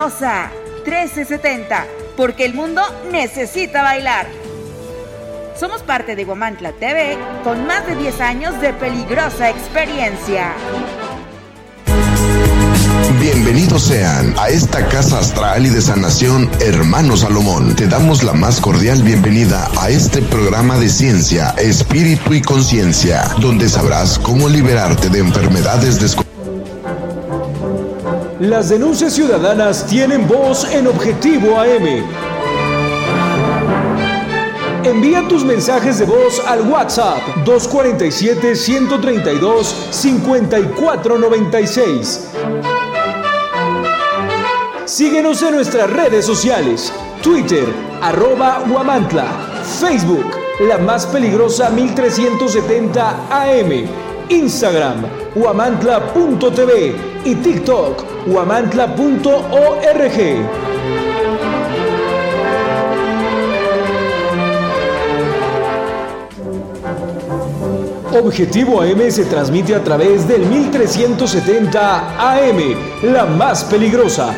Osa 1370, porque el mundo necesita bailar. Somos parte de Huamantla TV, con más de 10 años de peligrosa experiencia. Bienvenidos sean a esta casa astral y de sanación Hermano Salomón. Te damos la más cordial bienvenida a este programa de ciencia, espíritu y conciencia, donde sabrás cómo liberarte de enfermedades desconocidas. Las denuncias ciudadanas tienen voz en Objetivo AM. Envía tus mensajes de voz al WhatsApp 247-132-5496. Síguenos en nuestras redes sociales: Twitter, @Huamantla, Facebook, La Más Peligrosa 1370 AM, Instagram, huamantla.tv y TikTok, huamantla.org. Objetivo AM se transmite a través del 1370 AM, La Más Peligrosa.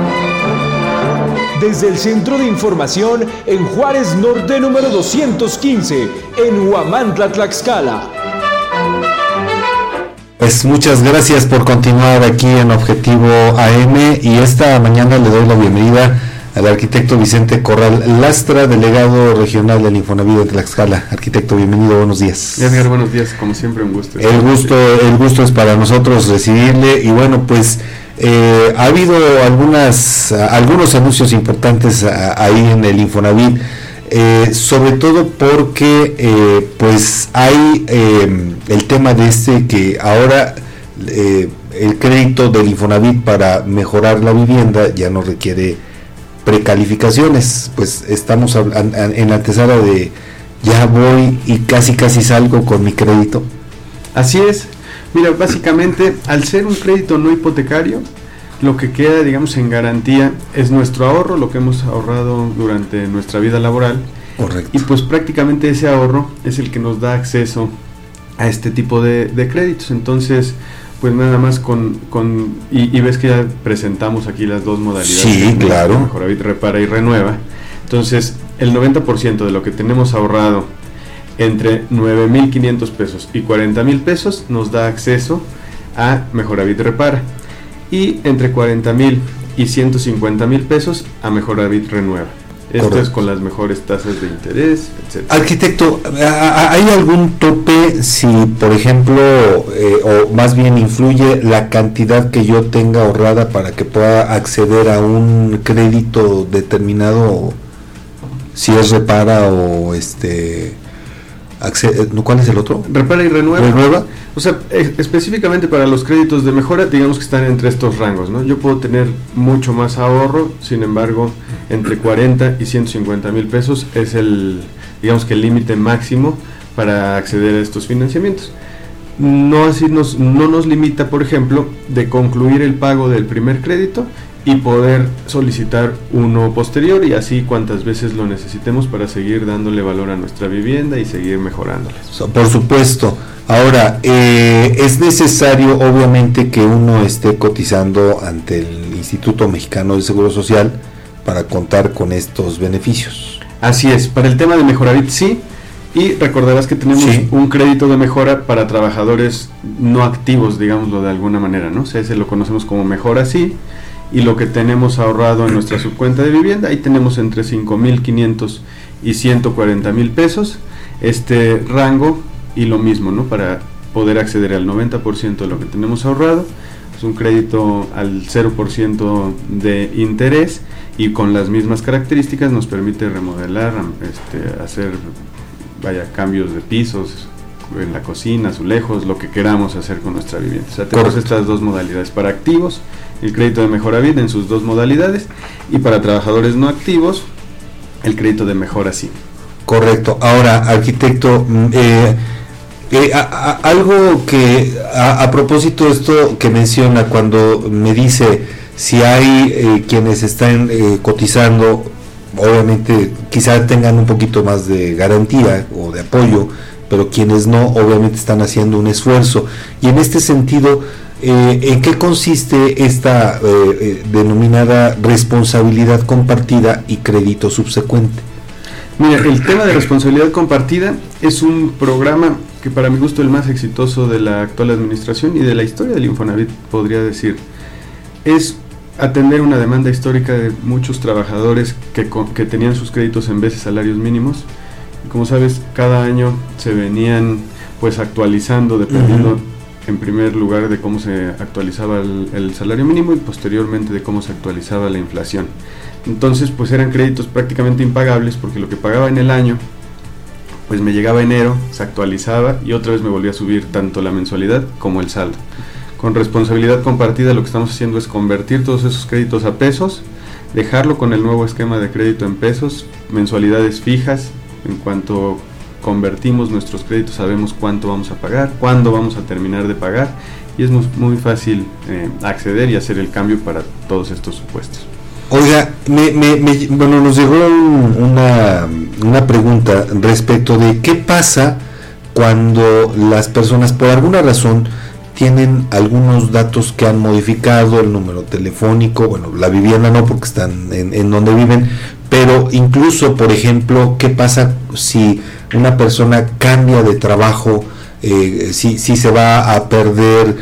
Desde el Centro de Información en Juárez Norte número 215, en Huamantla, Tlaxcala. Pues muchas gracias por continuar aquí en Objetivo AM, y esta mañana le doy la bienvenida al arquitecto Vicente Corral Lastra, delegado regional del Infonavit de Tlaxcala. Arquitecto, bienvenido, buenos días. Edgar, buenos días, como siempre un gusto. El gusto es para nosotros recibirle, y bueno, pues ha habido algunos anuncios importantes ahí en el Infonavit, sobre todo porque pues hay el tema de que ahora el crédito del Infonavit para mejorar la vivienda ya no requiere precalificaciones. Pues estamos en la antesala de ya voy y casi salgo con mi crédito. Así es. Mira, básicamente, al ser un crédito no hipotecario, lo que queda, digamos, en garantía es nuestro ahorro, lo que hemos ahorrado durante nuestra vida laboral. Correcto. Y pues prácticamente ese ahorro es el que nos da acceso a este tipo de créditos. Entonces, pues nada más y ves que ya presentamos aquí las dos modalidades. Sí, claro. Mejoravit repara y renueva. Entonces, el 90% de lo que tenemos ahorrado entre 9,500 pesos y 40,000 pesos nos da acceso a Mejoravit repara, y entre 40,000 y 150,000 pesos a Mejoravit renueva. Esto es con las mejores tasas de interés, etc. Arquitecto, ¿hay algún tope si, por ejemplo, o más bien influye la cantidad que yo tenga ahorrada para que pueda acceder a un crédito determinado, si es repara o ¿cuál es el otro? Repara y renueva. O sea, específicamente para los créditos de mejora, digamos que están entre estos rangos, ¿no? Yo puedo tener mucho más ahorro, sin embargo, entre 40 y 150,000 pesos es digamos que el límite máximo para acceder a estos financiamientos. No nos limita, por ejemplo, de concluir el pago del primer crédito y poder solicitar uno posterior, y así cuantas veces lo necesitemos para seguir dándole valor a nuestra vivienda y seguir mejorándola. Por supuesto. Ahora, es necesario obviamente que uno esté cotizando ante el Instituto Mexicano del Seguro Social para contar con estos beneficios. Así es, para el tema de Mejoravit sí, y recordarás que tenemos un crédito de mejora para trabajadores no activos, digámoslo de alguna manera, ¿no? O sea, ese lo conocemos como Mejora Sí. Y lo que tenemos ahorrado en nuestra subcuenta de vivienda, ahí tenemos entre 5,500 y 140,000 pesos, este rango, y lo mismo, ¿no? Para poder acceder al 90% de lo que tenemos ahorrado, es un crédito al 0% de interés, y con las mismas características nos permite remodelar, hacer, cambios de pisos en la cocina, azulejos, lo que queramos hacer con nuestra vivienda. O sea, tenemos estas dos modalidades para activos, el crédito de Mejoravit en sus dos modalidades, y para trabajadores no activos, el crédito de Mejora Sí. Correcto. Ahora, arquitecto, algo que a propósito de esto que menciona, cuando me dice si hay quienes están cotizando, obviamente quizá tengan un poquito más de garantía o de apoyo, pero quienes no, obviamente están haciendo un esfuerzo, y en este sentido ¿En qué consiste esta denominada responsabilidad compartida y crédito subsecuente? Mira, el tema de responsabilidad compartida es un programa que para mi gusto es el más exitoso de la actual administración y de la historia del Infonavit, podría decir. Es atender una demanda histórica de muchos trabajadores que tenían sus créditos en veces salarios mínimos. Y como sabes, cada año se venían pues actualizando dependiendo en primer lugar de cómo se actualizaba el salario mínimo y posteriormente de cómo se actualizaba la inflación. Entonces pues eran créditos prácticamente impagables porque lo que pagaba en el año pues me llegaba enero, se actualizaba y otra vez me volvía a subir tanto la mensualidad como el saldo. Con responsabilidad compartida lo que estamos haciendo es convertir todos esos créditos a pesos, dejarlo con el nuevo esquema de crédito en pesos, mensualidades fijas. En cuanto convertimos nuestros créditos sabemos cuánto vamos a pagar, cuándo vamos a terminar de pagar y es muy fácil acceder y hacer el cambio para todos estos supuestos. Oiga, bueno, nos llegó una pregunta respecto de qué pasa cuando las personas por alguna razón tienen algunos datos que han modificado, el número telefónico, bueno, la vivienda no porque están en donde viven, pero incluso, por ejemplo, qué pasa si una persona cambia de trabajo, si se va a perder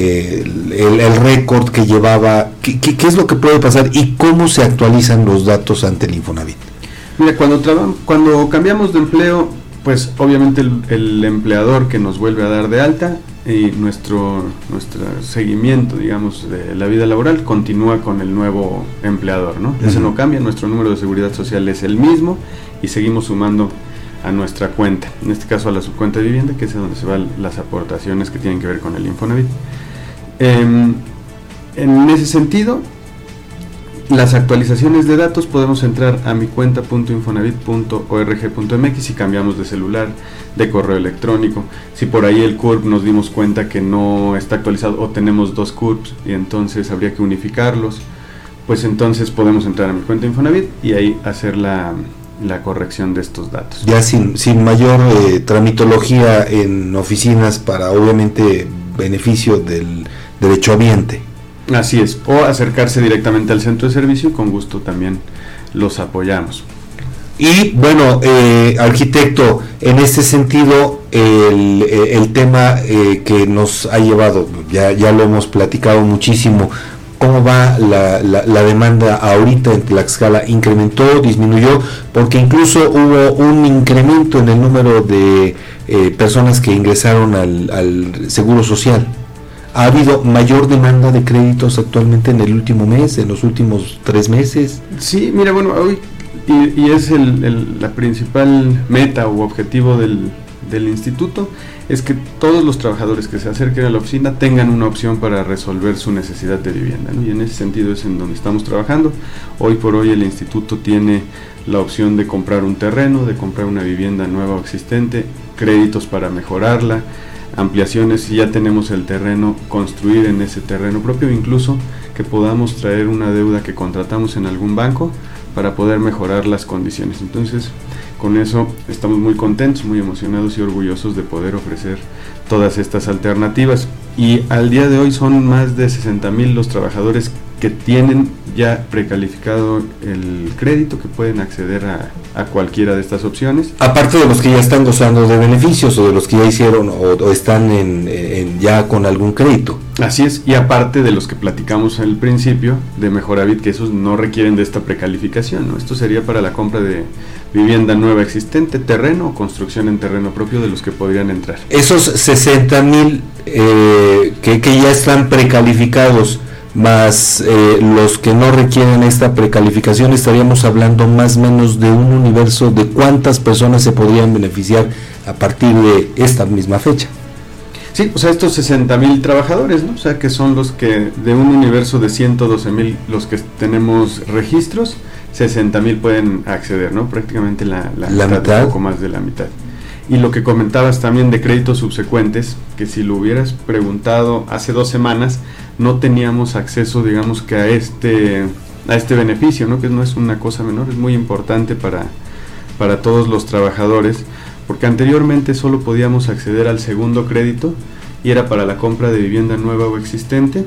el récord que llevaba, ¿qué es lo que puede pasar y cómo se actualizan los datos ante el Infonavit? Mira, cuando cambiamos de empleo, pues obviamente el empleador que nos vuelve a dar de alta y nuestro seguimiento, digamos, de la vida laboral continúa con el nuevo empleador, ¿no? Ese no cambia, nuestro número de seguridad social es el mismo y seguimos sumando a nuestra cuenta, en este caso a la subcuenta de vivienda, que es donde se van las aportaciones que tienen que ver con el Infonavit. En ese sentido, las actualizaciones de datos podemos entrar a mi cuenta.infonavit.org.mx si cambiamos de celular, de correo electrónico, si por ahí el CURP nos dimos cuenta que no está actualizado o tenemos dos CURPs y entonces habría que unificarlos, pues entonces podemos entrar a mi cuenta Infonavit y ahí hacer la corrección de estos datos. Ya sin mayor tramitología en oficinas para obviamente beneficio del derechohabiente. Así es, o acercarse directamente al centro de servicio, con gusto también los apoyamos. Y bueno, arquitecto, en este sentido, el tema que nos ha llevado, ya lo hemos platicado muchísimo, ¿cómo va la demanda ahorita en Tlaxcala? ¿Incrementó, disminuyó? Porque incluso hubo un incremento en el número de personas que ingresaron al Seguro Social. ¿Ha habido mayor demanda de créditos actualmente en el último mes, en los últimos 3 meses? Sí, mira, bueno, hoy y es la principal meta u objetivo del instituto, es que todos los trabajadores que se acerquen a la oficina tengan una opción para resolver su necesidad de vivienda, ¿no? Y en ese sentido es en donde estamos trabajando. Hoy por hoy el instituto tiene la opción de comprar un terreno, de comprar una vivienda nueva o existente, créditos para mejorarla, ampliaciones si ya tenemos el terreno, construir en ese terreno propio, incluso que podamos traer una deuda que contratamos en algún banco para poder mejorar las condiciones. Entonces, con eso estamos muy contentos, muy emocionados y orgullosos de poder ofrecer todas estas alternativas. Y al día de hoy son más de 60,000 los trabajadores que tienen ya precalificado el crédito, que pueden acceder a cualquiera de estas opciones. Aparte de los que ya están gozando de beneficios o de los que ya hicieron o están ya con algún crédito. Así es, y aparte de los que platicamos al principio de Mejoravit, que esos no requieren de esta precalificación, ¿no? Esto sería para la compra de vivienda nueva existente, terreno o construcción en terreno propio de los que podrían entrar. Esos 60,000 que ya están precalificados, más los que no requieren esta precalificación, estaríamos hablando más o menos de un universo de cuántas personas se podrían beneficiar a partir de esta misma fecha. Sí, o sea, estos 60,000 trabajadores, ¿no? O sea, que son los que de un universo de 112,000 los que tenemos registros, 60,000 pueden acceder, ¿no? Prácticamente la mitad, un poco más de la mitad. Y lo que comentabas también de créditos subsecuentes, que si lo hubieras preguntado hace 2 semanas, no teníamos acceso, digamos, que a este beneficio, ¿no? Que no es una cosa menor, es muy importante para todos los trabajadores, porque anteriormente solo podíamos acceder al segundo crédito y era para la compra de vivienda nueva o existente,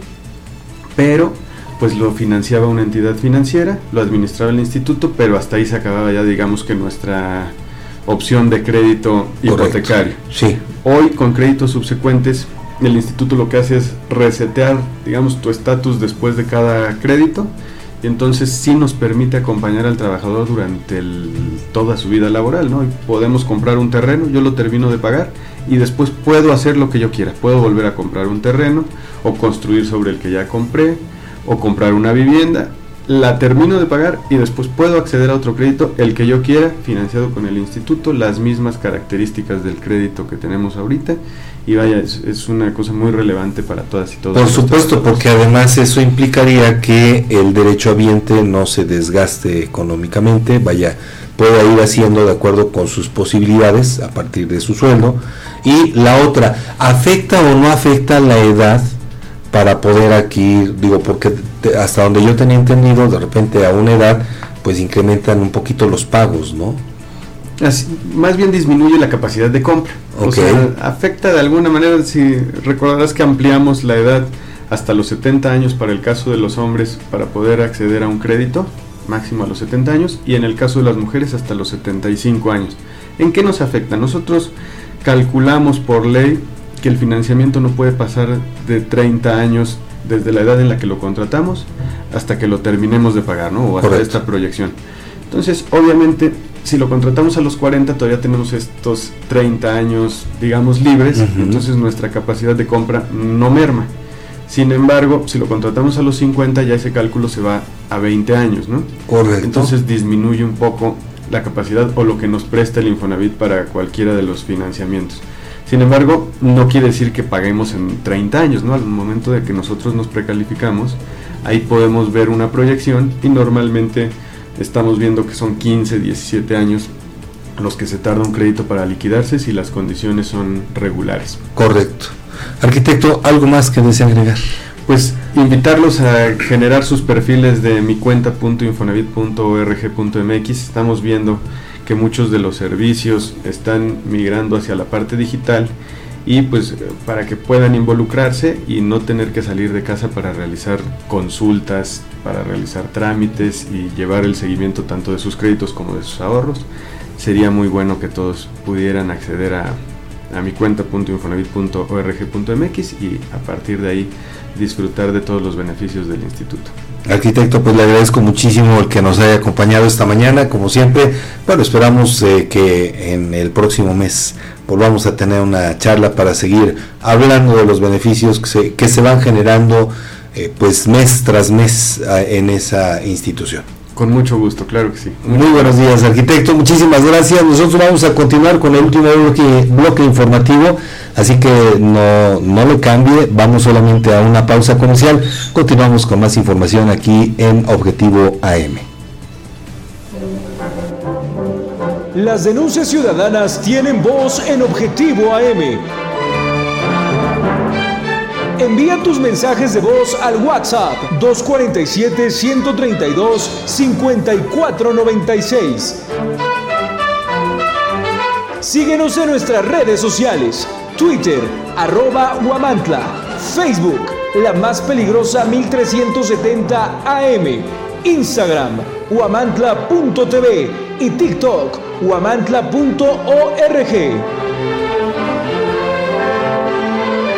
pero pues lo financiaba una entidad financiera, lo administraba el instituto, pero hasta ahí se acababa ya, digamos, que nuestra opción de crédito hipotecario. Sí. Hoy, con créditos subsecuentes, el instituto lo que hace es resetear, digamos, tu estatus después de cada crédito, y entonces sí nos permite acompañar al trabajador durante toda su vida laboral, ¿no? Y podemos comprar un terreno, yo lo termino de pagar y después puedo hacer lo que yo quiera, puedo volver a comprar un terreno o construir sobre el que ya compré, o comprar una vivienda, la termino de pagar y después puedo acceder a otro crédito, el que yo quiera, financiado con el instituto, las mismas características del crédito que tenemos ahorita, y vaya, es una cosa muy relevante para todas y todos. Por supuesto, porque además eso implicaría que el derechohabiente no se desgaste económicamente, vaya, pueda ir haciendo de acuerdo con sus posibilidades a partir de su sueldo. Y la otra, ¿afecta o no afecta la edad para poder adquirir? Digo, porque hasta donde yo tenía entendido, de repente a una edad pues incrementan un poquito los pagos, ¿no? Así, más bien disminuye la capacidad de compra. Okay. O sea, afecta de alguna manera. Si recordarás que ampliamos la edad hasta los 70 años para el caso de los hombres para poder acceder a un crédito, máximo a los 70 años, y en el caso de las mujeres hasta los 75 años. ¿En qué nos afecta? Nosotros calculamos por ley que el financiamiento no puede pasar de 30 años desde la edad en la que lo contratamos hasta que lo terminemos de pagar, ¿no? O hasta Correcto. esta proyección. Entonces, obviamente, si lo contratamos a los 40, todavía tenemos estos 30 años, digamos, libres, entonces nuestra capacidad de compra no merma. Sin embargo, si lo contratamos a los 50, ya ese cálculo se va a 20 años, ¿no? Correcto. Entonces disminuye un poco la capacidad o lo que nos presta el Infonavit para cualquiera de los financiamientos. Sin embargo, no quiere decir que paguemos en 30 años, ¿no? Al momento de que nosotros nos precalificamos, ahí podemos ver una proyección y normalmente estamos viendo que son 15, 17 años los que se tarda un crédito para liquidarse si las condiciones son regulares. Correcto. Arquitecto, ¿algo más que desea agregar? Pues invitarlos a generar sus perfiles de micuenta.infonavit.org.mx. Estamos viendo que muchos de los servicios están migrando hacia la parte digital, y pues para que puedan involucrarse y no tener que salir de casa para realizar consultas, para realizar trámites y llevar el seguimiento tanto de sus créditos como de sus ahorros, sería muy bueno que todos pudieran acceder a micuenta.infonavit.org.mx y a partir de ahí disfrutar de todos los beneficios del instituto. Arquitecto, pues le agradezco muchísimo el que nos haya acompañado esta mañana, como siempre. Bueno, esperamos que en el próximo mes volvamos a tener una charla para seguir hablando de los beneficios que se van generando pues mes tras mes en esa institución. Con mucho gusto, claro que sí. Muy buenos días, arquitecto, muchísimas gracias. Nosotros vamos a continuar con el último bloque informativo, así que no le cambie, vamos solamente a una pausa comercial. Continuamos con más información aquí en Objetivo AM. Las denuncias ciudadanas tienen voz en Objetivo AM. Envía tus mensajes de voz al WhatsApp 247-132-5496. Síguenos en nuestras redes sociales: Twitter, @Huamantla, Facebook, La Más Peligrosa 1370 AM, Instagram, huamantla.tv y TikTok, huamantla.org.